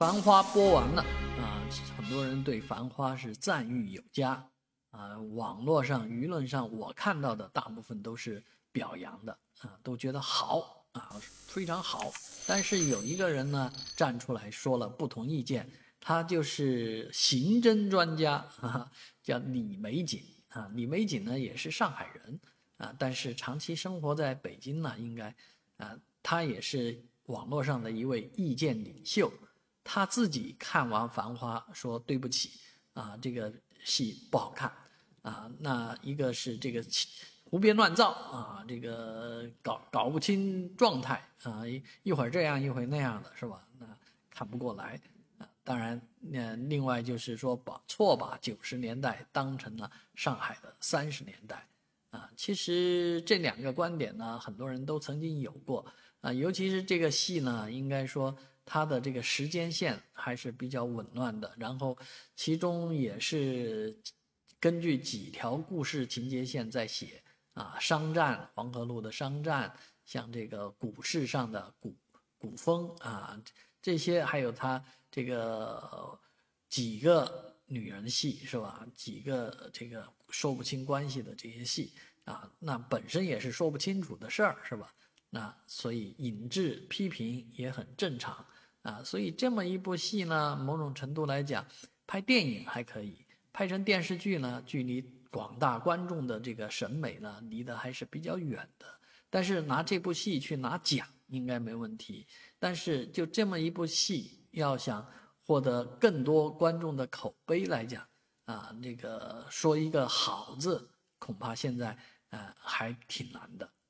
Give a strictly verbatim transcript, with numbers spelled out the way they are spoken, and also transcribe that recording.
繁花播完了啊，很多人对繁花是赞誉有加啊，网络上、舆论上我看到的大部分都是表扬的啊，都觉得好啊，非常好。但是有一个人呢站出来说了不同意见，他就是刑侦专家啊，叫李玫瑾啊。李玫瑾呢也是上海人啊，但是长期生活在北京呢，应该啊，他也是网络上的一位意见领袖。他自己看完《繁花》说对不起啊，这个戏不好看啊。那一个是这个胡编乱造啊，这个搞搞不清状态啊，一一会儿这样一会儿那样的是吧？那看不过来啊。当然，那另外就是说把错把九十年代当成了上海的三十年代啊。其实这两个观点呢，很多人都曾经有过啊，尤其是这个戏呢，应该说它的这个时间线还是比较紊乱的，然后其中也是根据几条故事情节线在写啊，商战，黄河路的商战，像这个股市上的股股风啊，这些还有他这个几个女人戏是吧？几个这个说不清关系的这些戏啊，那本身也是说不清楚的事儿是吧？那所以引致批评也很正常啊。所以这么一部戏呢，某种程度来讲，拍电影还可以，拍成电视剧呢，距离广大观众的这个审美呢，离得还是比较远的。但是拿这部戏去拿奖应该没问题。但是就这么一部戏，要想获得更多观众的口碑来讲啊，这个说一个好字，恐怕现在呃还挺难的。